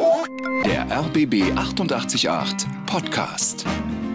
Der RBB 888 Podcast.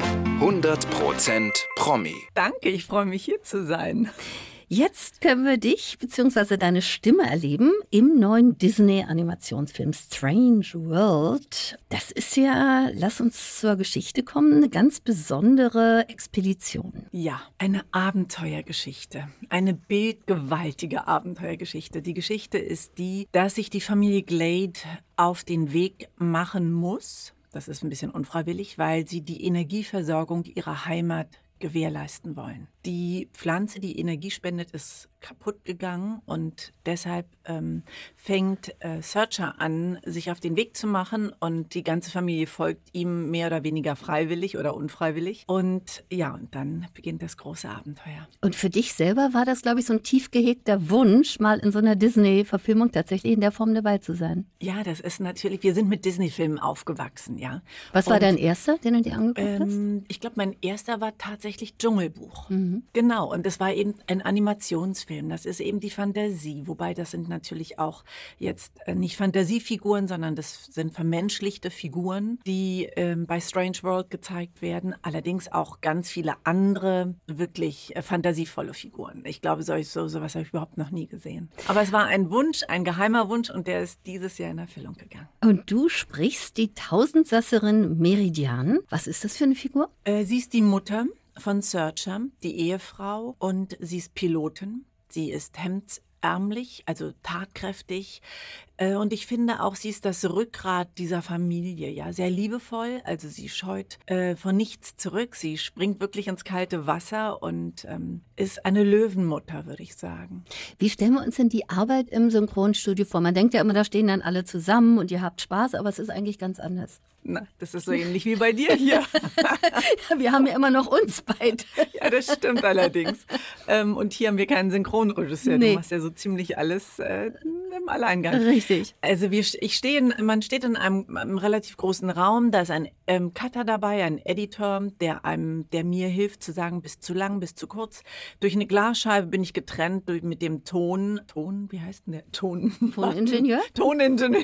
100% Promi. Danke, ich freue mich, hier zu sein. Jetzt können wir dich bzw. deine Stimme erleben im neuen Disney-Animationsfilm Strange World. Das ist ja, lass uns zur Geschichte kommen, eine ganz besondere Expedition. Ja, eine Abenteuergeschichte. Eine bildgewaltige Abenteuergeschichte. Die Geschichte ist die, dass sich die Familie Glade auf den Weg machen muss. Das ist ein bisschen unfreiwillig, weil sie die Energieversorgung ihrer Heimat gewährleisten wollen. Die Pflanze, die Energie spendet, ist kaputt gegangen und deshalb fängt Searcher an, sich auf den Weg zu machen und die ganze Familie folgt ihm mehr oder weniger freiwillig oder unfreiwillig. Und ja, und dann beginnt das große Abenteuer. Und für dich selber war das, glaube ich, so ein tief gehegter Wunsch, mal in so einer Disney-Verfilmung tatsächlich in der Form dabei zu sein. Ja, das ist natürlich, wir sind mit Disney-Filmen aufgewachsen, ja. Was war dein erster, den du dir angeguckt hast? Ich glaube, mein erster war tatsächlich Dschungelbuch. Genau, und das war eben ein Animationsfilm. Das ist eben die Fantasie, wobei das sind natürlich auch jetzt nicht Fantasiefiguren, sondern das sind vermenschlichte Figuren, die bei Strange World gezeigt werden. Allerdings auch ganz viele andere wirklich fantasievolle Figuren. Ich glaube, sowas habe ich überhaupt noch nie gesehen. Aber es war ein Wunsch, ein geheimer Wunsch und der ist dieses Jahr in Erfüllung gegangen. Und du sprichst die Tausendsasserin Meridian. Was ist das für eine Figur? Sie ist die Mutter von Searcher, die Ehefrau, und sie ist Pilotin. Sie ist hemdsärmlich, also tatkräftig. Und ich finde auch, sie ist das Rückgrat dieser Familie, ja, sehr liebevoll. Also sie scheut von nichts zurück. Sie springt wirklich ins kalte Wasser und ist eine Löwenmutter, würde ich sagen. Wie stellen wir uns denn die Arbeit im Synchronstudio vor? Man denkt ja immer, da stehen dann alle zusammen und ihr habt Spaß, aber es ist eigentlich ganz anders. Na, das ist so ähnlich wie bei dir hier. Wir haben ja immer noch uns beide. Ja, das stimmt allerdings. Und hier haben wir keinen Synchronregisseur. Nee. Du machst ja so ziemlich alles im Alleingang. Richtig. Also man steht in einem relativ großen Raum, da ist ein Cutter dabei, ein Editor, der mir hilft zu sagen, bis zu lang, bis zu kurz. Durch eine Glasscheibe bin ich getrennt mit dem Ton, wie heißt denn der? Toningenieur? Toningenieur,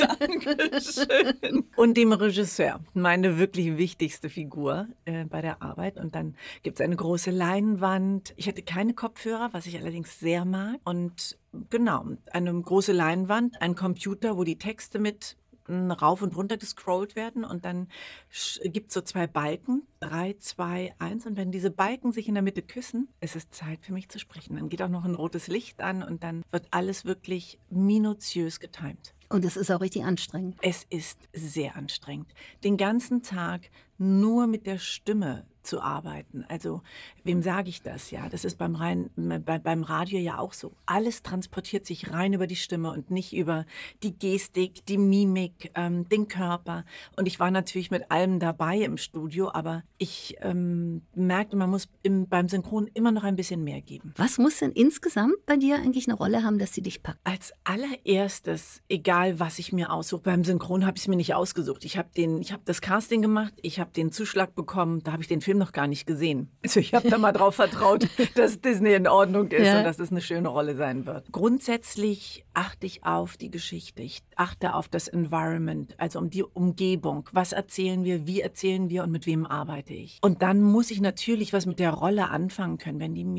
Dankeschön. Und dem Regisseur, meine wirklich wichtigste Figur bei der Arbeit. Und dann gibt es eine große Leinwand. Ich hatte keine Kopfhörer, was ich allerdings sehr mag. Und genau, eine große Leinwand, ein Computer, wo die Texte mit rauf und runter gescrollt werden und dann gibt es so 2 Balken, 3, 2, 1 und wenn diese Balken sich in der Mitte küssen, ist es Zeit für mich zu sprechen. Dann geht auch noch ein rotes Licht an und dann wird alles wirklich minutiös getimt. Und es ist auch richtig anstrengend. Es ist sehr anstrengend. Den ganzen Tag nur mit der Stimme zu arbeiten. Also, wem sage ich das? Ja, das ist beim Radio ja auch so. Alles transportiert sich rein über die Stimme und nicht über die Gestik, die Mimik, den Körper. Und ich war natürlich mit allem dabei im Studio, aber ich merkte, man muss beim Synchron immer noch ein bisschen mehr geben. Was muss denn insgesamt bei dir eigentlich eine Rolle haben, dass sie dich packt? Als allererstes, egal was ich mir aussuche, beim Synchron habe ich es mir nicht ausgesucht. Ich habe das Casting gemacht, ich habe den Zuschlag bekommen, da habe ich den Film noch gar nicht gesehen. Also ich habe da mal drauf vertraut, dass Disney in Ordnung ist und dass es eine schöne Rolle sein wird. Grundsätzlich achte ich auf die Geschichte, ich achte auf das Environment, also um die Umgebung. Was erzählen wir, wie erzählen wir und mit wem arbeite ich? Und dann muss ich natürlich was mit der Rolle anfangen können,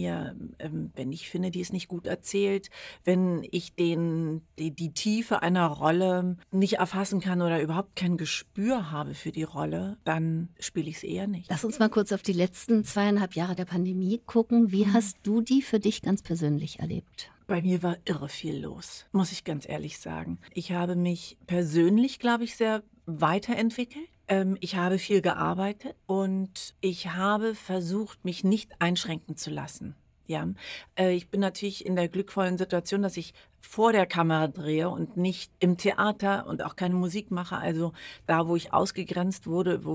wenn ich finde, die ist nicht gut erzählt, wenn ich die Tiefe einer Rolle nicht erfassen kann oder überhaupt kein Gespür habe für die Rolle, dann spiele ich es eher nicht. Lass uns mal kurz auf die letzten 2,5 Jahre der Pandemie gucken. Wie hast du die für dich ganz persönlich erlebt? Bei mir war irre viel los, muss ich ganz ehrlich sagen. Ich habe mich persönlich, glaube ich, sehr weiterentwickelt. Ich habe viel gearbeitet und ich habe versucht, mich nicht einschränken zu lassen. Ja, ich bin natürlich in der glückvollen Situation, dass ich vor der Kamera drehe und nicht im Theater und auch keine Musik mache. Also da, wo ich ausgegrenzt wurde,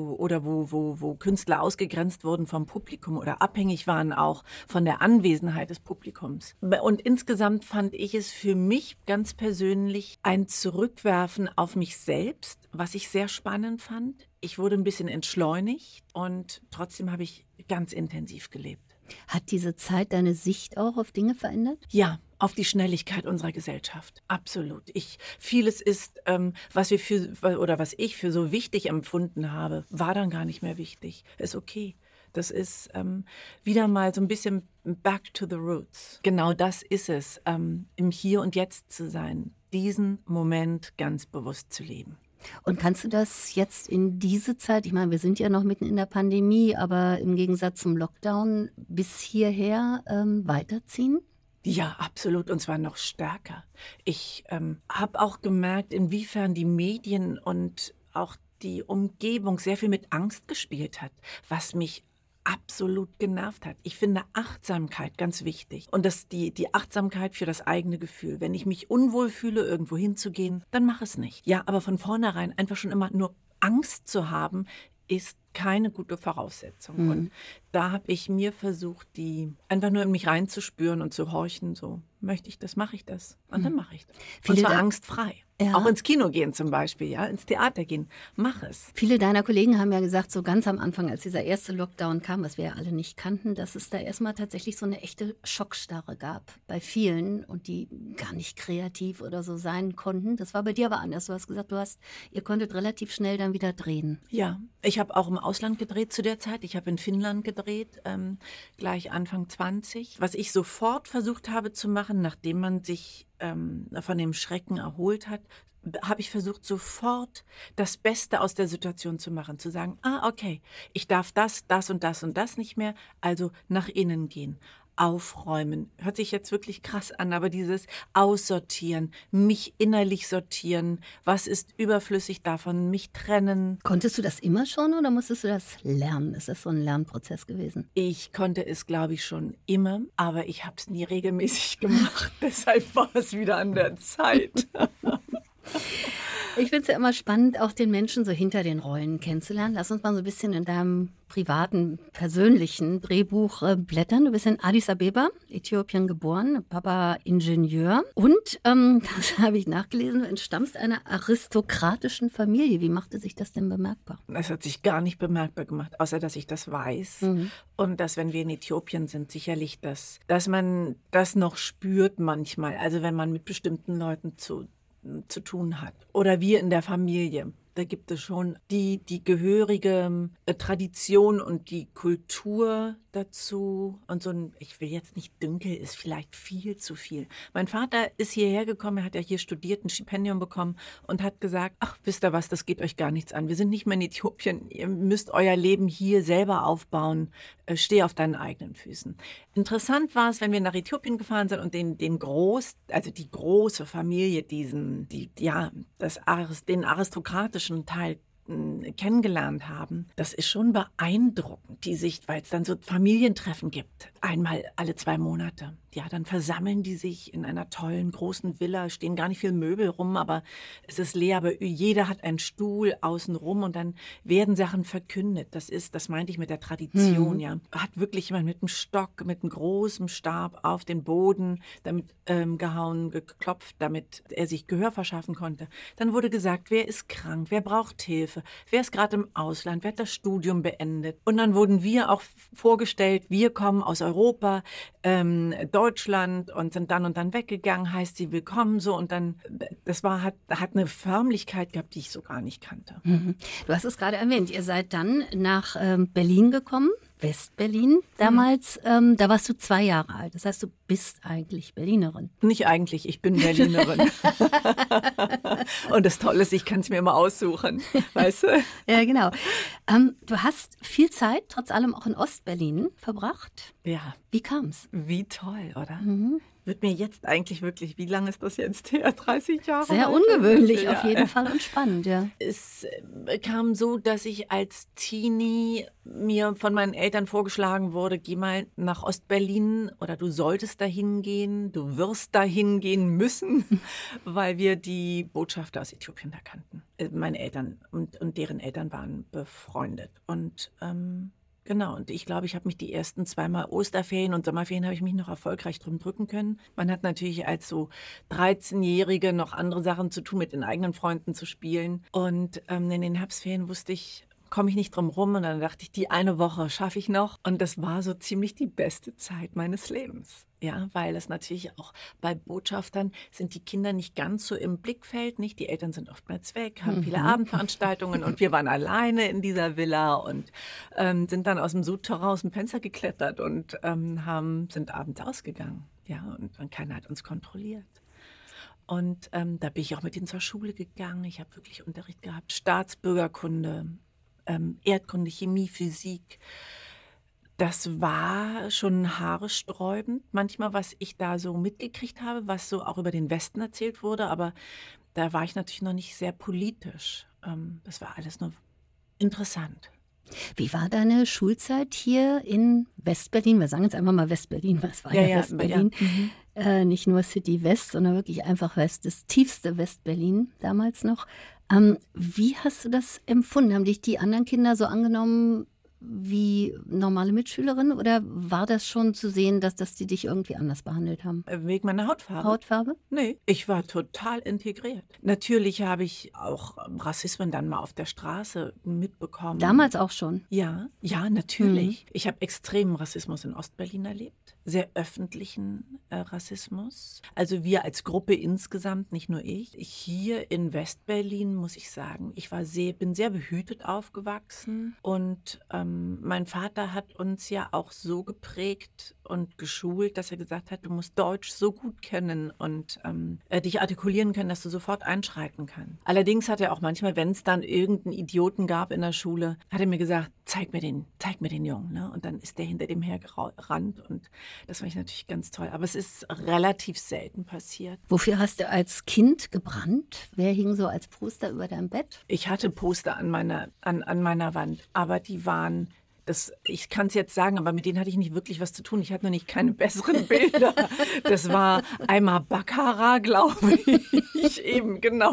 wo Künstler ausgegrenzt wurden vom Publikum oder abhängig waren auch von der Anwesenheit des Publikums. Und insgesamt fand ich es für mich ganz persönlich ein Zurückwerfen auf mich selbst, was ich sehr spannend fand. Ich wurde ein bisschen entschleunigt und trotzdem habe ich ganz intensiv gelebt. Hat diese Zeit deine Sicht auch auf Dinge verändert? Ja, auf die Schnelligkeit unserer Gesellschaft. Absolut. Vieles ist, was ich für so wichtig empfunden habe, war dann gar nicht mehr wichtig. Ist okay. Das ist wieder mal so ein bisschen back to the roots. Genau das ist es, im Hier und Jetzt zu sein, diesen Moment ganz bewusst zu leben. Und kannst du das jetzt in diese Zeit, ich meine, wir sind ja noch mitten in der Pandemie, aber im Gegensatz zum Lockdown bis hierher weiterziehen? Ja, absolut, und zwar noch stärker. Ich habe auch gemerkt, inwiefern die Medien und auch die Umgebung sehr viel mit Angst gespielt hat, was mich absolut genervt hat. Ich finde Achtsamkeit ganz wichtig. Und die Achtsamkeit für das eigene Gefühl. Wenn ich mich unwohl fühle, irgendwo hinzugehen, dann mach es nicht. Ja, aber von vornherein einfach schon immer nur Angst zu haben, ist keine gute Voraussetzung. Und da habe ich mir versucht, die einfach nur in mich reinzuspüren und zu horchen, so, möchte ich das, mache ich das? Und dann mache ich das. Und zwar angstfrei. Ja. Auch ins Kino gehen zum Beispiel, ja, ins Theater gehen. Mach es. Viele deiner Kollegen haben ja gesagt, so ganz am Anfang, als dieser erste Lockdown kam, was wir ja alle nicht kannten, dass es da erstmal tatsächlich so eine echte Schockstarre gab bei vielen und die gar nicht kreativ oder so sein konnten. Das war bei dir aber anders. Du hast gesagt, ihr konntet relativ schnell dann wieder drehen. Ja, ich habe auch im Ausland gedreht zu der Zeit. Ich habe in Finnland gedreht, gleich Anfang 20. Was ich sofort versucht habe zu machen, nachdem man sich von dem Schrecken erholt hat, habe ich versucht, sofort das Beste aus der Situation zu machen. Zu sagen, okay, ich darf das und das und das nicht mehr, also nach innen gehen. Aufräumen. Hört sich jetzt wirklich krass an, aber dieses Aussortieren, mich innerlich sortieren, was ist überflüssig davon, mich trennen. Konntest du das immer schon oder musstest du das lernen? Ist das so ein Lernprozess gewesen? Ich konnte es, glaube ich, schon immer, aber ich habe es nie regelmäßig gemacht. Deshalb war es wieder an der Zeit. Ich finde es ja immer spannend, auch den Menschen so hinter den Rollen kennenzulernen. Lass uns mal so ein bisschen in deinem privaten, persönlichen Drehbuch blättern. Du bist in Addis Abeba, Äthiopien geboren, Papa Ingenieur. Und, das habe ich nachgelesen, du entstammst einer aristokratischen Familie. Wie machte sich das denn bemerkbar? Es hat sich gar nicht bemerkbar gemacht, außer dass ich das weiß. Und dass, wenn wir in Äthiopien sind, sicherlich, dass man das noch spürt manchmal. Also wenn man mit bestimmten Leuten zu tun hat. Oder wir in der Familie. Da gibt es schon die gehörige Tradition und die Kultur dazu. Und so ein, ich will jetzt nicht Dünkel, ist vielleicht viel zu viel. Mein Vater ist hierher gekommen, er hat ja hier studiert, ein Stipendium bekommen und hat gesagt, ach, wisst ihr was, das geht euch gar nichts an. Wir sind nicht mehr in Äthiopien, ihr müsst euer Leben hier selber aufbauen. Steh auf deinen eigenen Füßen. Interessant war es, wenn wir nach Äthiopien gefahren sind und die große Familie, den aristokratischen Teil kennengelernt haben. Das ist schon beeindruckend, die Sicht, weil es dann so Familientreffen gibt. Einmal alle 2 Monate. Ja, dann versammeln die sich in einer tollen, großen Villa, stehen gar nicht viel Möbel rum, aber es ist leer, aber jeder hat einen Stuhl außen rum und dann werden Sachen verkündet. Das meinte ich mit der Tradition, ja. Hat wirklich jemand mit einem Stock, mit einem großen Stab auf den Boden damit geklopft, damit er sich Gehör verschaffen konnte. Dann wurde gesagt, wer ist krank, wer braucht Hilfe, wer ist gerade im Ausland, wer hat das Studium beendet. Und dann wurden wir auch vorgestellt, wir kommen aus Europa, Deutschland und sind dann und dann weggegangen, heißt sie willkommen so und dann, hat eine Förmlichkeit gehabt, die ich so gar nicht kannte. Du hast es gerade erwähnt, ihr seid dann nach Berlin gekommen, West-Berlin damals, da warst du 2 Jahre alt, das heißt, du bist eigentlich Berlinerin. Nicht eigentlich, ich bin Berlinerin. Und das Tolle ist, ich kann es mir immer aussuchen, weißt du? Ja, genau. Du hast viel Zeit, trotz allem auch in Ostberlin verbracht. Ja. Wie kam's? Wie toll, oder? Wird mir jetzt eigentlich wirklich, wie lange ist das jetzt her? 30 Jahre? Sehr ungewöhnlich auf jeden Fall und spannend, ja. Es kam so, dass ich als Teenie mir von meinen Eltern vorgeschlagen wurde, geh mal nach Ostberlin oder du solltest dahin gehen, du wirst dahin gehen müssen, weil wir die Botschafter aus Äthiopien da kannten. Meine Eltern und deren Eltern waren befreundet und genau, und ich glaube, ich habe mich die ersten 2 Mal Osterferien und Sommerferien habe ich mich noch erfolgreich drum drücken können. Man hat natürlich als so 13-Jährige noch andere Sachen zu tun, mit den eigenen Freunden zu spielen. Und in den Herbstferien wusste ich, komme ich nicht drum rum. Und dann dachte ich, die eine Woche schaffe ich noch. Und das war so ziemlich die beste Zeit meines Lebens. Ja, weil es natürlich auch bei Botschaftern sind die Kinder nicht ganz so im Blickfeld, nicht? Die Eltern sind oftmals weg, haben viele Abendveranstaltungen und wir waren alleine in dieser Villa und sind dann aus dem Souterrain aus dem Fenster geklettert und sind abends ausgegangen. Ja, und keiner hat uns kontrolliert. Und da bin ich auch mit ihnen zur Schule gegangen. Ich habe wirklich Unterricht gehabt, Staatsbürgerkunde, Erdkunde, Chemie, Physik. Das war schon haaresträubend, manchmal, was ich da so mitgekriegt habe, was so auch über den Westen erzählt wurde. Aber da war ich natürlich noch nicht sehr politisch. Das war alles nur interessant. Wie war deine Schulzeit hier in Westberlin? Wir sagen jetzt einfach mal Westberlin, was war ja Westberlin? Ja. Nicht nur City West, sondern wirklich einfach West, das tiefste Westberlin damals noch. Wie hast du das empfunden? Haben dich die anderen Kinder so angenommen wie normale Mitschülerinnen oder war das schon zu sehen, dass die dich irgendwie anders behandelt haben? Wegen meiner Hautfarbe? Hautfarbe? Nee, ich war total integriert. Natürlich habe ich auch Rassismen dann mal auf der Straße mitbekommen. Damals auch schon? Ja, natürlich. Ich habe extremen Rassismus in Ostberlin erlebt, sehr öffentlichen Rassismus. Also wir als Gruppe insgesamt, nicht nur ich. Hier in Westberlin muss ich sagen, ich bin sehr behütet aufgewachsen und mein Vater hat uns ja auch so geprägt und geschult, dass er gesagt hat, du musst Deutsch so gut kennen und dich artikulieren können, dass du sofort einschreiten kannst. Allerdings hat er auch manchmal, wenn es dann irgendeinen Idioten gab in der Schule, hat er mir gesagt, zeig mir den Jungen. Ne? Und dann ist der hinter dem hergerannt und das fand ich natürlich ganz toll. Aber es ist relativ selten passiert. Wofür hast du als Kind gebrannt? Wer hing so als Poster über deinem Bett? Ich hatte Poster an meiner Wand, aber die waren... ich kann es jetzt sagen, aber mit denen hatte ich nicht wirklich was zu tun. Ich hatte noch nicht keine besseren Bilder. Das war einmal Baccarat, glaube ich. Eben, genau.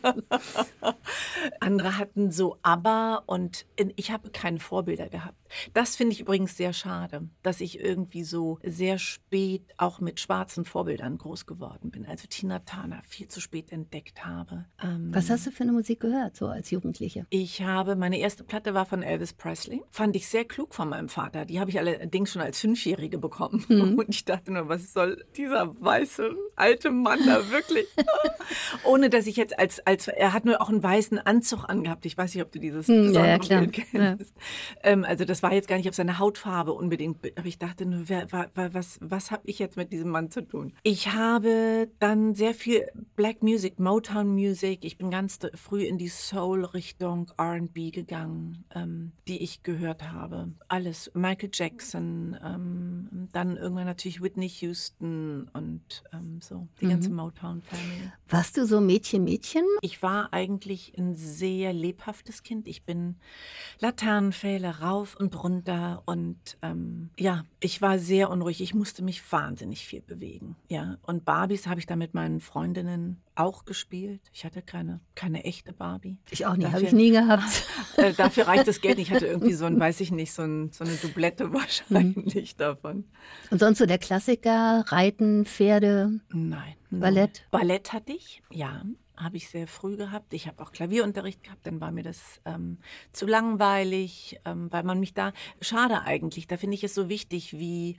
Andere hatten so ABBA und ich habe keine Vorbilder gehabt. Das finde ich übrigens sehr schade, dass ich irgendwie so sehr spät auch mit schwarzen Vorbildern groß geworden bin. Also Tina Turner viel zu spät entdeckt habe. Was hast du für eine Musik gehört, so als Jugendliche? Meine erste Platte war von Elvis Presley. Fand ich sehr klug von meinem Vater. Die habe ich allerdings schon als 5-Jährige bekommen. Und ich dachte nur, was soll dieser weiße alte Mann da wirklich? Ohne dass ich jetzt er hat nur auch einen weißen Anzug angehabt. Ich weiß nicht, ob du dieses besondere Bild kennst. Ja. Also das war jetzt gar nicht auf seine Hautfarbe unbedingt. Aber ich dachte nur, was habe ich jetzt mit diesem Mann zu tun? Ich habe dann sehr viel Black Music, Motown Music. Ich bin ganz früh in die Soul-Richtung R&B gegangen, die ich gehört habe. Alles. Michael Jackson, dann irgendwann natürlich Whitney Houston und so, die ganze Motown-Family. Warst du so Mädchen? Ich war eigentlich ein sehr lebhaftes Kind. Ich bin Laternenpfähle rauf und runter und ich war sehr unruhig. Ich musste mich wahnsinnig viel bewegen. Ja. Und Barbies habe ich dann mit meinen Freundinnen auch gespielt. Ich hatte keine echte Barbie. Ich auch nicht, habe ich nie gehabt. Dafür reicht das Geld nicht. Ich hatte irgendwie so eine Doublette wahrscheinlich davon. Und sonst so der Klassiker, Reiten, Pferde? Nein. Ballett? Ballett hatte ich, ja. Habe ich sehr früh gehabt. Ich habe auch Klavierunterricht gehabt, dann war mir das zu langweilig, weil man mich schade eigentlich, da finde ich es so wichtig, wie,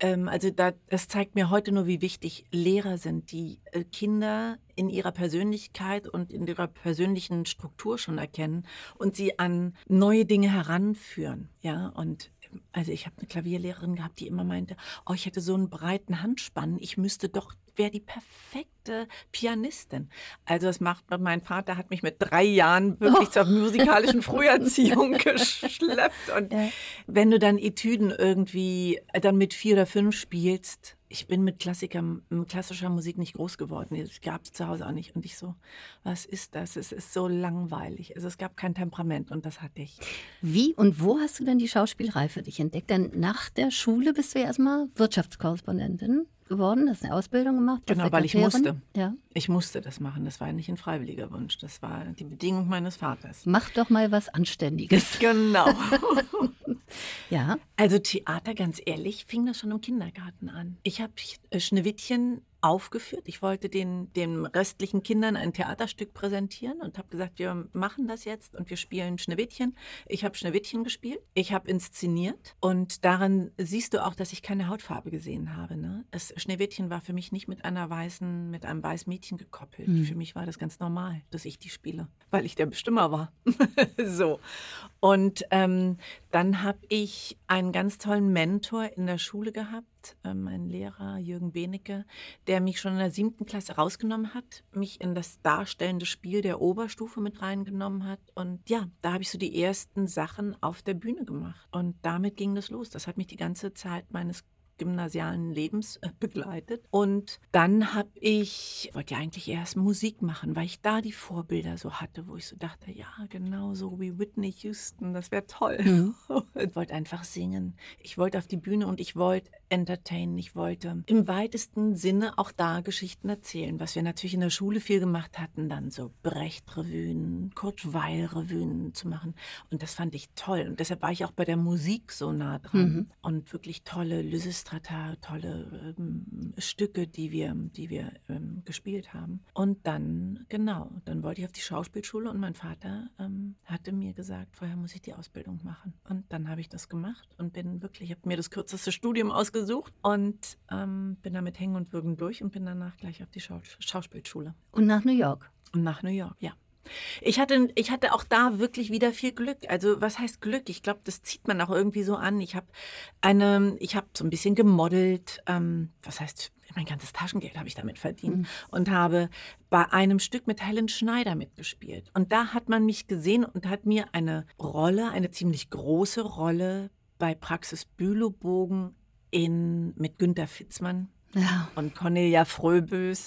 das zeigt mir heute nur, wie wichtig Lehrer sind, die Kinder in ihrer Persönlichkeit und in ihrer persönlichen Struktur schon erkennen und sie an neue Dinge heranführen, ja, und also ich habe eine Klavierlehrerin gehabt, die immer meinte, ich hätte so einen breiten Handspann, wäre die perfekte Pianistin. Also mein Vater hat mich mit 3 Jahren wirklich zur musikalischen Früherziehung geschleppt. Und wenn du dann Etüden irgendwie dann mit 4 oder 5 spielst, ich bin mit klassischer Musik nicht groß geworden. Das gab es zu Hause auch nicht. Und ich so, was ist das? Es ist so langweilig. Also es gab kein Temperament und das hatte ich. Wie und wo hast du denn die Schauspielerei für dich entdeckt? Denn nach der Schule bist du ja erstmal Wirtschaftskorrespondentin geworden, hast eine Ausbildung gemacht. Genau, weil ich musste. Ja. Ich musste das machen. Das war nicht ein freiwilliger Wunsch. Das war die Bedingung meines Vaters. Mach doch mal was Anständiges. Genau. Ja. Also Theater, ganz ehrlich, fing das schon im Kindergarten an. Ich habe Schneewittchen aufgeführt. Ich wollte den restlichen Kindern ein Theaterstück präsentieren und habe gesagt, wir machen das jetzt und wir spielen Schneewittchen. Ich habe Schneewittchen gespielt, ich habe inszeniert und daran siehst du auch, dass ich keine Hautfarbe gesehen habe. Ne? Schneewittchen war für mich nicht mit einem weißen Mädchen gekoppelt. Für mich war das ganz normal, dass ich die spiele, weil ich der Bestimmer war. So. Und dann habe ich einen ganz tollen Mentor in der Schule gehabt, einen Lehrer, Jürgen Benecke, der mich schon in der 7. Klasse rausgenommen hat, mich in das darstellende Spiel der Oberstufe mit reingenommen hat. Und ja, da habe ich so die ersten Sachen auf der Bühne gemacht. Und damit ging das los. Das hat mich die ganze Zeit meines gymnasialen Lebens begleitet. Und dann wollte ja eigentlich erst Musik machen, weil ich da die Vorbilder so hatte, wo ich so dachte, ja, genau so wie Whitney Houston, das wäre toll. Mhm. Ich wollte einfach singen. Ich wollte auf die Bühne und ich wollte entertainen. Ich wollte im weitesten Sinne auch da Geschichten erzählen, was wir natürlich in der Schule viel gemacht hatten, dann so Brecht-Revuen, Kurt-Weill-Revuen zu machen. Und das fand ich toll. Und deshalb war ich auch bei der Musik so nah dran. Und wirklich tolle Lysistrata, tolle Stücke, die wir gespielt haben. Und dann, dann wollte ich auf die Schauspielschule und mein Vater hatte mir gesagt, vorher muss ich die Ausbildung machen. Und dann habe ich das gemacht und ich habe mir das kürzeste Studium ausgesucht und bin da mit Hängen und Würgen durch und bin danach gleich auf die Schauspielschule. Und nach New York? Und nach New York, ja. Ich hatte auch da wirklich wieder viel Glück. Also was heißt Glück? Ich glaube, das zieht man auch irgendwie so an. Ich habe so ein bisschen gemodelt. Mein ganzes Taschengeld habe ich damit verdient und habe bei einem Stück mit Helen Schneider mitgespielt. Und da hat man mich gesehen und hat mir eine ziemlich große Rolle bei Praxis Bülowbogen mit Günter Fitzmann. Ja. Und Cornelia Fröbös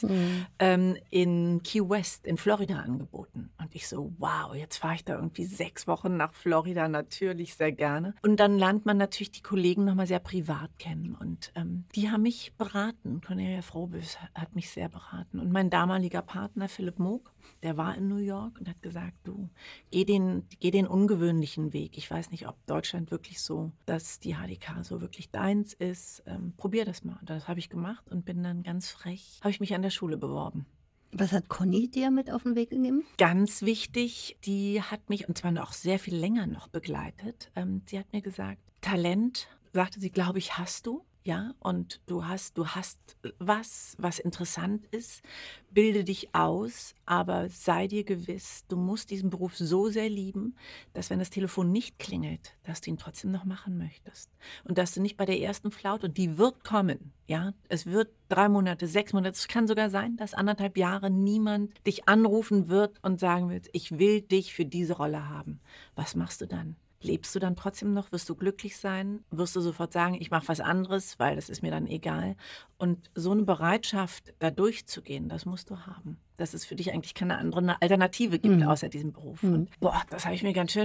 in Key West in Florida angeboten. Und ich so, wow, jetzt fahre ich da irgendwie 6 Wochen nach Florida, natürlich sehr gerne. Und dann lernt man natürlich die Kollegen nochmal sehr privat kennen. Und die haben mich beraten. Cornelia Fröbös hat mich sehr beraten. Und mein damaliger Partner Philipp Moog, der war in New York und hat gesagt, du, geh den ungewöhnlichen Weg. Ich weiß nicht, ob Deutschland wirklich so, dass die HDK so wirklich deins ist. Probier das mal. Und das habe ich gemacht. Und bin dann ganz frech, habe ich mich an der Schule beworben. Was hat Conny dir mit auf den Weg gegeben? Ganz wichtig, die hat mich, und zwar noch sehr viel länger noch begleitet. Sie hat mir gesagt, Talent, sagte sie, glaube ich, hast du. Ja, und du hast was interessant ist, bilde dich aus, aber sei dir gewiss, du musst diesen Beruf so sehr lieben, dass wenn das Telefon nicht klingelt, dass du ihn trotzdem noch machen möchtest. Und dass du nicht bei der ersten Flaute, und die wird kommen, ja, es wird 3 Monate, 6 Monate, es kann sogar sein, dass 1,5 Jahre niemand dich anrufen wird und sagen wird, ich will dich für diese Rolle haben. Was machst du dann? Lebst du dann trotzdem noch? Wirst du glücklich sein? Wirst du sofort sagen, ich mache was anderes, weil das ist mir dann egal? Und so eine Bereitschaft, da durchzugehen, das musst du haben. Dass es für dich eigentlich keine andere Alternative gibt, außer diesem Beruf. Und das habe ich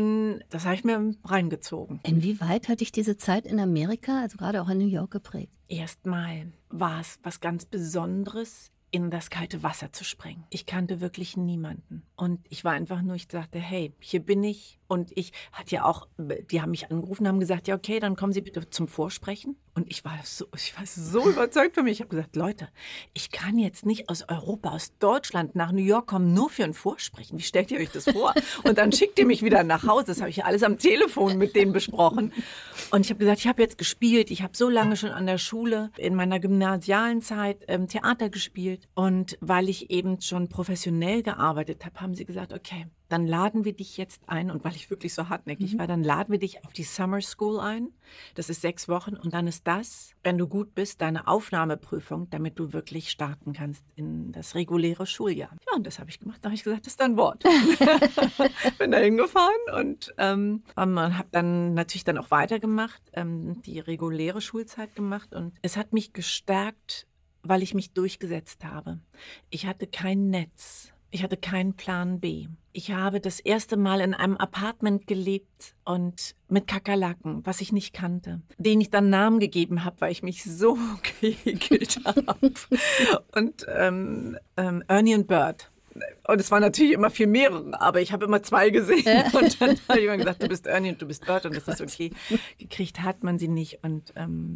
mir reingezogen. Inwieweit hat dich diese Zeit in Amerika, also gerade auch in New York, geprägt? Erstmal war es was ganz Besonderes, in das kalte Wasser zu springen. Ich kannte wirklich niemanden. Und ich war einfach nur, ich dachte, hey, hier bin ich. Und ich hatte ja auch, die haben mich angerufen, haben gesagt, ja okay, dann kommen Sie bitte zum Vorsprechen. Und ich war so überzeugt von mir. Ich habe gesagt, Leute, ich kann jetzt nicht aus Europa, aus Deutschland nach New York kommen, nur für ein Vorsprechen. Wie stellt ihr euch das vor? Und dann schickt ihr mich wieder nach Hause. Das habe ich ja alles am Telefon mit denen besprochen. Und ich habe gesagt, ich habe jetzt gespielt. Ich habe so lange schon an der Schule, in meiner gymnasialen Zeit, Theater gespielt. Und weil ich eben schon professionell gearbeitet habe, haben sie gesagt, okay, dann laden wir dich jetzt ein, und weil ich wirklich so hartnäckig war, dann laden wir dich auf die Summer School ein. Das ist 6 Wochen und dann ist das, wenn du gut bist, deine Aufnahmeprüfung, damit du wirklich starten kannst in das reguläre Schuljahr. Ja, und das habe ich gemacht. Da habe ich gesagt, das ist dein Wort. Bin da hingefahren und habe dann natürlich dann auch weitergemacht, die reguläre Schulzeit gemacht, und es hat mich gestärkt, weil ich mich durchgesetzt habe. Ich hatte kein Netz. Ich hatte keinen Plan B. Ich habe das erste Mal in einem Apartment gelebt und mit Kakerlaken, was ich nicht kannte, denen ich dann Namen gegeben habe, weil ich mich so geekelt habe. Und Ernie und Bert. Und es waren natürlich immer viel mehrere, aber ich habe immer 2 gesehen. Und dann habe ich immer gesagt, du bist Ernie und du bist Bert, und das ist okay. Gekriegt hat man sie nicht. Und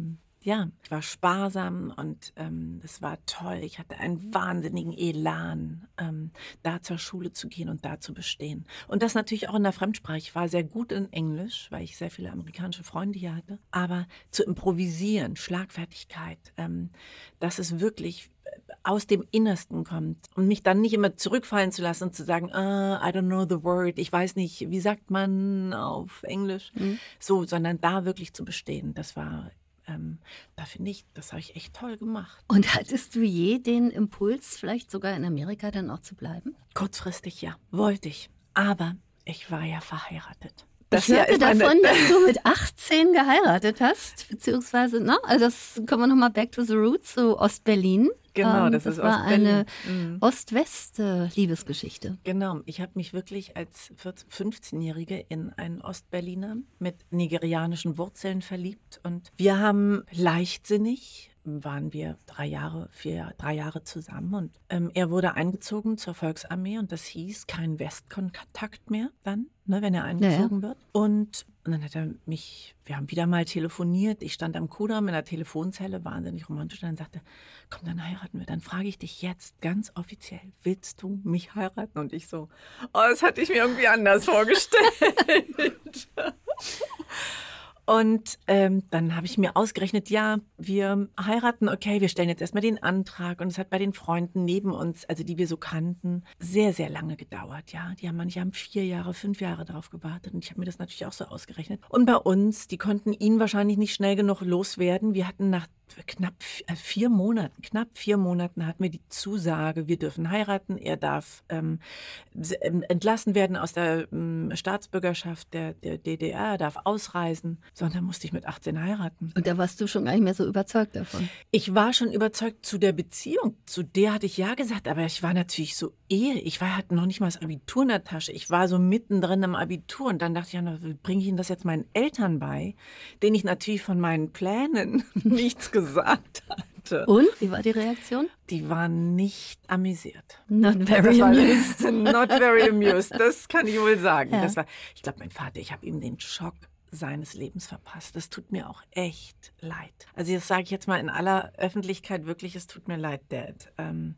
Ja, ich war sparsam und es war toll. Ich hatte einen wahnsinnigen Elan, da zur Schule zu gehen und da zu bestehen. Und das natürlich auch in der Fremdsprache. Ich war sehr gut in Englisch, weil ich sehr viele amerikanische Freunde hier hatte. Aber zu improvisieren, Schlagfertigkeit, dass es wirklich aus dem Innersten kommt und mich dann nicht immer zurückfallen zu lassen und zu sagen, I don't know the word, ich weiß nicht, wie sagt man auf Englisch, so, sondern da wirklich zu bestehen, das war, da finde ich, das habe ich echt toll gemacht. Und hattest du je den Impuls, vielleicht sogar in Amerika dann auch zu bleiben? Kurzfristig ja, wollte ich, aber ich war ja verheiratet. Ich hörte davon, dass du mit 18 geheiratet hast, beziehungsweise, also das kommen wir nochmal back to the roots, so Ostberlin. Genau, das ist war Ostberlin. Eine Ost-West-Liebesgeschichte. Genau, ich habe mich wirklich als 15-Jährige in einen Ostberliner mit nigerianischen Wurzeln verliebt. Und wir haben leichtsinnig, waren wir 3 Jahre zusammen. Und er wurde eingezogen zur Volksarmee und das hieß kein Westkontakt mehr dann, ne, wenn er eingezogen wird. Und dann hat wir haben wieder mal telefoniert. Ich stand am Kudamm in der Telefonzelle, wahnsinnig romantisch. Und dann sagte, komm, dann heiraten wir. Dann frage ich dich jetzt ganz offiziell, willst du mich heiraten? Und ich so, das hatte ich mir irgendwie anders vorgestellt. Und dann habe ich mir ausgerechnet, ja, wir heiraten, okay, wir stellen jetzt erstmal den Antrag. Und es hat bei den Freunden neben uns, also die wir so kannten, sehr, sehr lange gedauert. Ja, manche haben 4 Jahre, 5 Jahre darauf gewartet. Und ich habe mir das natürlich auch so ausgerechnet. Und bei uns, die konnten ihn wahrscheinlich nicht schnell genug loswerden. Wir hatten nach knapp 4 Monaten hatten wir die Zusage, wir dürfen heiraten, er darf entlassen werden aus der Staatsbürgerschaft der DDR, er darf ausreisen. So, und dann musste ich mit 18 heiraten. Und da warst du schon gar nicht mehr so überzeugt davon? Ich war schon überzeugt zu der Beziehung, zu der hatte ich ja gesagt, aber ich war natürlich so hatte noch nicht mal das Abitur in der Tasche, ich war so mittendrin im Abitur und dann dachte ich, ja, wie bringe ich Ihnen das jetzt meinen Eltern bei, denen ich natürlich von meinen Plänen nichts gesagt hatte. Und? Wie war die Reaktion? Die waren nicht amüsiert. Not very amused. Not very amused, das kann ich wohl sagen. Ja. Ich glaube, mein Vater, ich habe ihm den Schock seines Lebens verpasst. Das tut mir auch echt leid. Also das sage ich jetzt mal in aller Öffentlichkeit wirklich, es tut mir leid, Dad.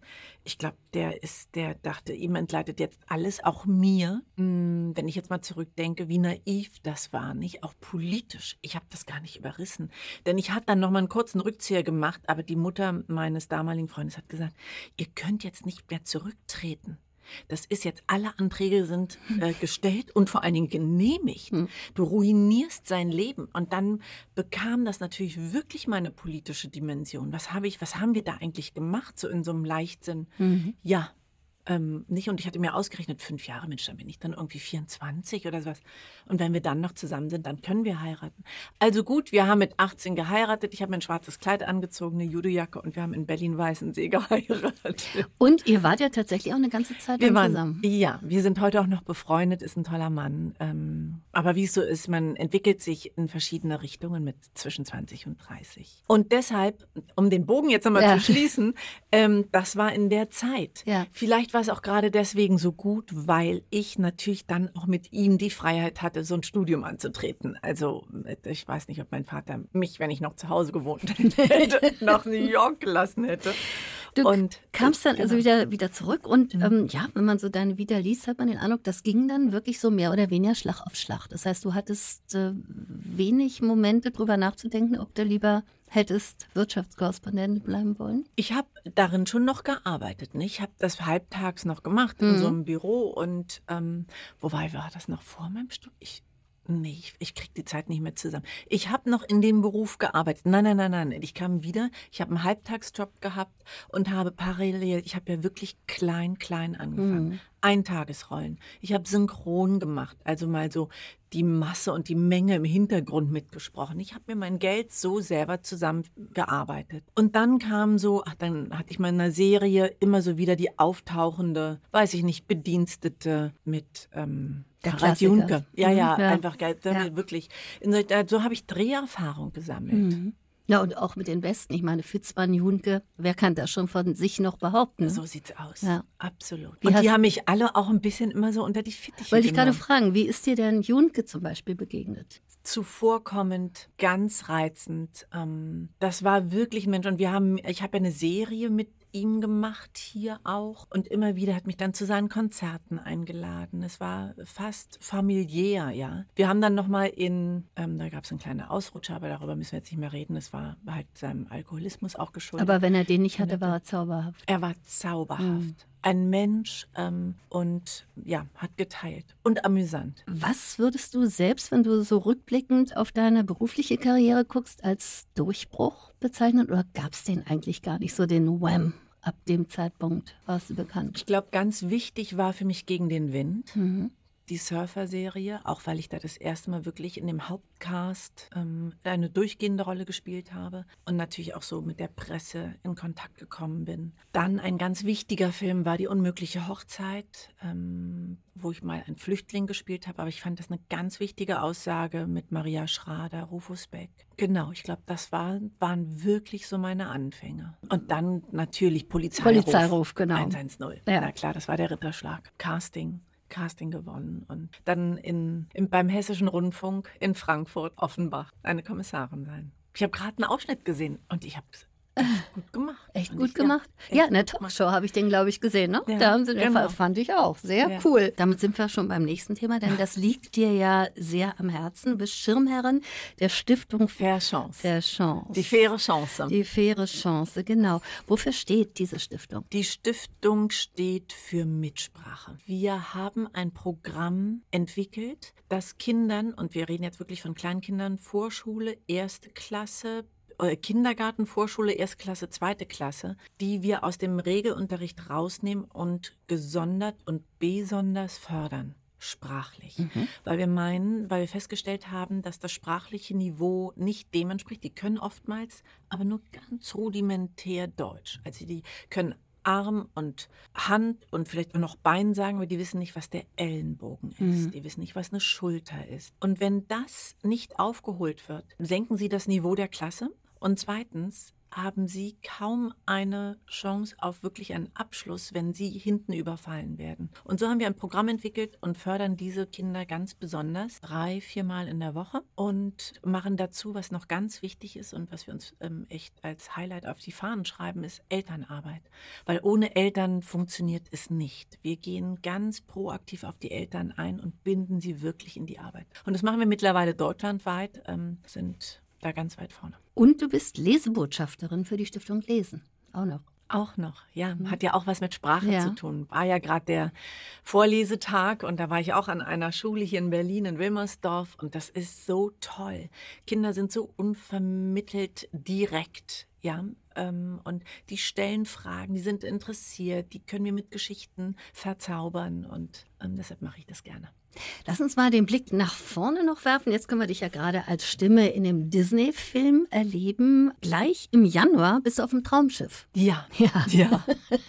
Ich glaube, der dachte, ihm entgleitet jetzt alles, auch mir. Wenn ich jetzt mal zurückdenke, wie naiv das war, nicht? Auch politisch. Ich habe das gar nicht überrissen. Denn ich hatte dann noch mal einen kurzen Rückzieher gemacht, aber die Mutter meines damaligen Freundes hat gesagt, ihr könnt jetzt nicht mehr zurücktreten. Das ist jetzt, alle Anträge sind gestellt und vor allen Dingen genehmigt. Du ruinierst sein Leben. Und dann bekam das natürlich wirklich mal eine politische Dimension. Was haben wir da eigentlich gemacht, so in so einem Leichtsinn? Ja, nicht. Und ich hatte mir ausgerechnet, 5 Jahre, Mensch, dann bin ich dann irgendwie 24 oder sowas. Und wenn wir dann noch zusammen sind, dann können wir heiraten. Also gut, wir haben mit 18 geheiratet. Ich habe mir ein schwarzes Kleid angezogen, eine Judejacke und wir haben in Berlin-Weißensee geheiratet. Und ihr wart ja tatsächlich auch eine ganze Zeit zusammen. Ja, wir sind heute auch noch befreundet, ist ein toller Mann. Aber wie es so ist, man entwickelt sich in verschiedene Richtungen mit zwischen 20 und 30. Und deshalb, um den Bogen jetzt nochmal zu schließen, das war in der Zeit. Ja. Vielleicht war es auch gerade deswegen so gut, weil ich natürlich dann auch mit ihm die Freiheit hatte, so ein Studium anzutreten. Also ich weiß nicht, ob mein Vater mich, wenn ich noch zu Hause gewohnt hätte, nach New York gelassen hätte. Du kamst dann also wieder zurück und wenn man so deine Vita liest, hat man den Eindruck, das ging dann wirklich so mehr oder weniger Schlag auf Schlag. Das heißt, du hattest wenig Momente drüber nachzudenken, ob du lieber hättest Wirtschaftskorrespondent bleiben wollen? Ich habe darin schon noch gearbeitet. Ne? Ich habe das halbtags noch gemacht in so einem Büro und wobei war das noch vor meinem Studium? Ich kriege die Zeit nicht mehr zusammen. Ich habe noch in dem Beruf gearbeitet. Nein. Ich kam wieder, ich habe einen Halbtagsjob gehabt und habe parallel, ich habe ja wirklich klein angefangen. Eintagesrollen. Ich habe synchron gemacht, also mal so die Masse und die Menge im Hintergrund mitgesprochen. Ich habe mir mein Geld so selber zusammengearbeitet. Und dann dann hatte ich mal in einer Serie immer so wieder die auftauchende, weiß ich nicht, Bedienstete mit Harald Junke. Ja, einfach wirklich. So habe ich Dreherfahrung gesammelt. Ja, und auch mit den Besten. Ich meine, Fitzmann, Junke, wer kann das schon von sich noch behaupten? So sieht's aus. Ja. Absolut. Wie Und die haben mich alle auch ein bisschen immer so unter die Fittiche Wollte ich gerade genommen. fragen, wie ist dir denn Junke zum Beispiel begegnet? Zuvorkommend, ganz reizend. Das war wirklich ein Mensch. Und ich habe ja eine Serie mit ihm gemacht, hier auch. Und immer wieder hat mich dann zu seinen Konzerten eingeladen. Es war fast familiär, ja. Wir haben dann nochmal da gab es einen kleinen Ausrutscher, aber darüber müssen wir jetzt nicht mehr reden. Es war halt seinem Alkoholismus auch geschuldet. Aber wenn er den nicht hatte, war er zauberhaft. Er war zauberhaft. Ein Mensch und ja, hat geteilt und amüsant. Was würdest du selbst, wenn du so rückblickend auf deine berufliche Karriere guckst, als Durchbruch bezeichnen? Oder gab es den eigentlich gar nicht so, den Wham? Ab dem Zeitpunkt warst du bekannt. Ich glaube, ganz wichtig war für mich Gegen den Wind. Die Surfer-Serie, auch weil ich da das erste Mal wirklich in dem Hauptcast eine durchgehende Rolle gespielt habe und natürlich auch so mit der Presse in Kontakt gekommen bin. Dann ein ganz wichtiger Film war Die unmögliche Hochzeit, wo ich mal einen Flüchtling gespielt habe, aber ich fand das eine ganz wichtige Aussage mit Maria Schrader, Rufus Beck. Genau, ich glaube, das waren wirklich so meine Anfänge. Und dann natürlich Polizeiruf, genau. 110. Ja. Na klar, das war der Ritterschlag. Casting gewonnen und dann beim Hessischen Rundfunk in Frankfurt, Offenbach, eine Kommissarin sein. Ich habe gerade einen Ausschnitt gesehen und ich habe es echt gut gemacht. Echt gut gemacht? Ja, in der Talkshow habe ich den, glaube ich, gesehen. Ne? Ja, Da haben sie den genau. fand ich auch. Sehr Ja. cool. Damit sind wir schon beim nächsten Thema, denn das liegt dir ja sehr am Herzen. Du bist Schirmherrin der Stiftung Fair Chance. der Chance. Die faire Chance. Die faire Chance, genau. Wofür steht diese Stiftung? Die Stiftung steht für Mitsprache. Wir haben ein Programm entwickelt, das Kindern, und wir reden jetzt wirklich von Kleinkindern, Vorschule, erste Klasse, Kindergarten, Vorschule, erste Klasse, zweite Klasse, die wir aus dem Regelunterricht rausnehmen und gesondert und besonders fördern. Sprachlich. Weil wir festgestellt haben, dass das sprachliche Niveau nicht dem entspricht. Die können oftmals, aber nur ganz rudimentär Deutsch. Also die können Arm und Hand und vielleicht auch noch Bein sagen, aber die wissen nicht, was der Ellenbogen ist. Die wissen nicht, was eine Schulter ist. Und wenn das nicht aufgeholt wird, senken sie das Niveau der Klasse. Und zweitens haben sie kaum eine Chance auf wirklich einen Abschluss, wenn sie hinten überfallen werden. Und so haben wir ein Programm entwickelt und fördern diese Kinder ganz besonders 3-4 Mal in der Woche und machen dazu, was noch ganz wichtig ist und was wir uns echt als Highlight auf die Fahnen schreiben, ist Elternarbeit. Weil ohne Eltern funktioniert es nicht. Wir gehen ganz proaktiv auf die Eltern ein und binden sie wirklich in die Arbeit. Und das machen wir mittlerweile deutschlandweit, sind da ganz weit vorne. Und du bist Lesebotschafterin für die Stiftung Lesen. Auch noch. Auch noch, ja. Hat ja auch was mit Sprache Ja. zu tun. War ja gerade der Vorlesetag und da war ich auch an einer Schule hier in Berlin, in Wilmersdorf. Und das ist so toll. Kinder sind so unvermittelt direkt, ja. Und die stellen Fragen, die sind interessiert, die können wir mit Geschichten verzaubern. Und deshalb mache ich das gerne. Lass uns mal den Blick nach vorne noch werfen. Jetzt können wir dich ja gerade als Stimme in dem Disney-Film erleben. Gleich im Januar bist du auf dem Traumschiff. Ja, Ja. ja.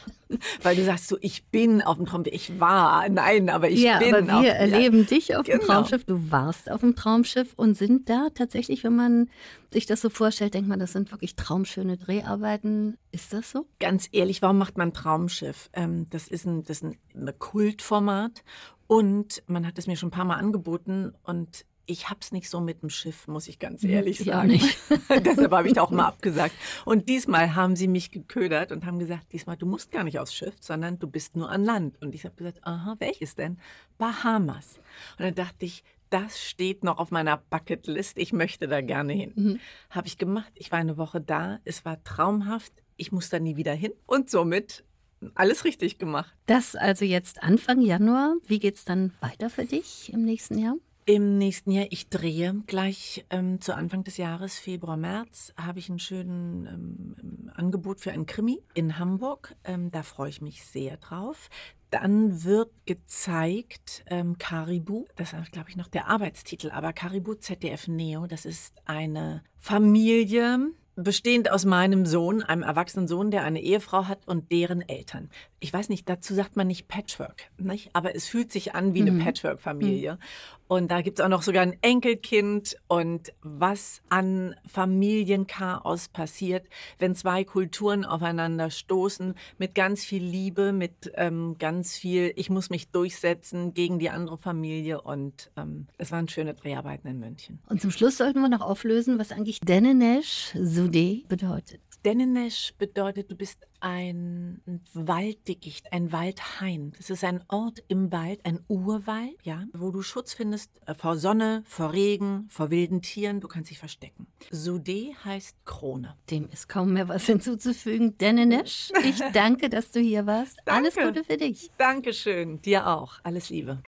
Weil du sagst so, ich bin auf dem Traumschiff. Ich war, nein, aber ich Ja, bin. aber wir erleben dich auf dem Genau. Traumschiff. Du warst auf dem Traumschiff und sind da tatsächlich, wenn man sich das so vorstellt, denkt man, das sind wirklich traumschöne Dreharbeiten. Ist das so? Ganz ehrlich, warum macht man Traumschiff? Das ist ein Kultformat und man hat es mir schon ein paar Mal angeboten und ich hab's nicht so mit dem Schiff, muss ich ganz ehrlich Ich auch sagen. nicht. Deshalb habe ich da auch mal abgesagt. Und diesmal haben sie mich geködert und haben gesagt, diesmal, du musst gar nicht aufs Schiff, sondern du bist nur an Land. Und ich habe gesagt, aha, welches denn? Bahamas. Und dann dachte ich, das steht noch auf meiner Bucketlist, ich möchte da gerne hin. Habe ich gemacht, ich war eine Woche da, es war traumhaft, ich muss da nie wieder hin und somit alles richtig gemacht. Das also jetzt Anfang Januar. Wie geht's dann weiter für dich im nächsten Jahr? Im nächsten Jahr, ich drehe gleich zu Anfang des Jahres, Februar, März, habe ich ein schönes Angebot für einen Krimi in Hamburg. Da freue ich mich sehr drauf. Dann wird gezeigt Caribou, das ist, glaube ich, noch der Arbeitstitel, aber Caribou ZDF Neo, das ist eine Familie, bestehend aus meinem Sohn, einem erwachsenen Sohn, der eine Ehefrau hat und deren Eltern. Ich weiß nicht, dazu sagt man nicht Patchwork, nicht? Aber es fühlt sich an wie eine Patchwork-Familie. Und da gibt es auch noch sogar ein Enkelkind. Und was an Familienchaos passiert, wenn zwei Kulturen aufeinander stoßen, mit ganz viel Liebe, mit ganz viel, ich muss mich durchsetzen gegen die andere Familie. Und es waren schöne Dreharbeiten in München. Und zum Schluss sollten wir noch auflösen, was eigentlich Denenesh Sudeh bedeutet. Denenesh bedeutet, du bist ein Walddickicht, ein Waldhain. Das ist ein Ort im Wald, ein Urwald, ja, wo du Schutz findest vor Sonne, vor Regen, vor wilden Tieren. Du kannst dich verstecken. Sudeh heißt Krone. Dem ist kaum mehr was hinzuzufügen. Denenesh, ich danke, dass du hier warst. Danke. Alles Gute für dich. Dankeschön, dir auch. Alles Liebe.